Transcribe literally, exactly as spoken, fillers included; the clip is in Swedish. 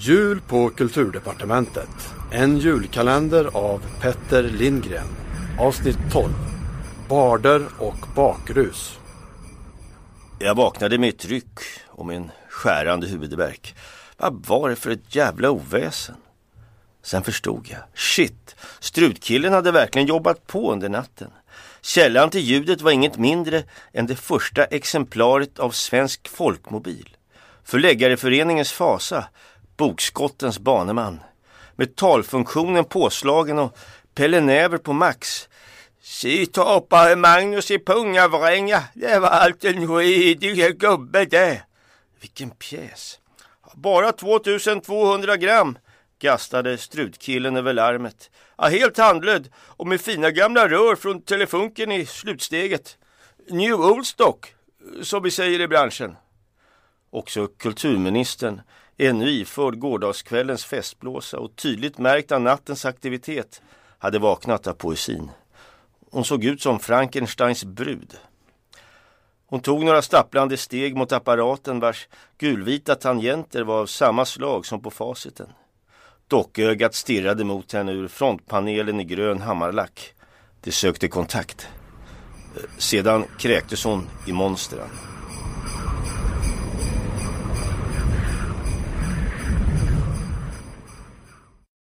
Jul på Kulturdepartementet. En julkalender av Petter Lindgren. Avsnitt tolv. Barder och bakrus. Jag vaknade med ett ryck och med en skärande huvudvärk. Vad var det för ett jävla oväsen? Sen förstod jag. Shit, strutkillen hade verkligen jobbat på under natten. Källan till ljudet var inget mindre än det första exemplaret av Svensk Folkmobil. Förläggareföreningens fasa, bokskottens baneman. Med talfunktionen påslagen och Pelle Näver på max. Se toppar Magnus i Pungavränga, det var allt en redig gubbe det. Vilken pjäs. Bara tvåtusentvåhundra gram, gastade strutkillen över larmet. Ja, helt handlöd och med fina gamla rör från telefunken i slutsteget. New old stock, som vi säger i branschen. Också kulturministern, ännu iförd gårdagskvällens festblåsa och tydligt märkt av nattens aktivitet, hade vaknat av poesin. Hon såg ut som Frankensteins brud. Hon tog några stapplande steg mot apparaten vars gulvita tangenter var av samma slag som på faciten. Dockögat stirrade mot henne ur frontpanelen i grön hammarlack. Det sökte kontakt. Sedan kräktes hon i monstren.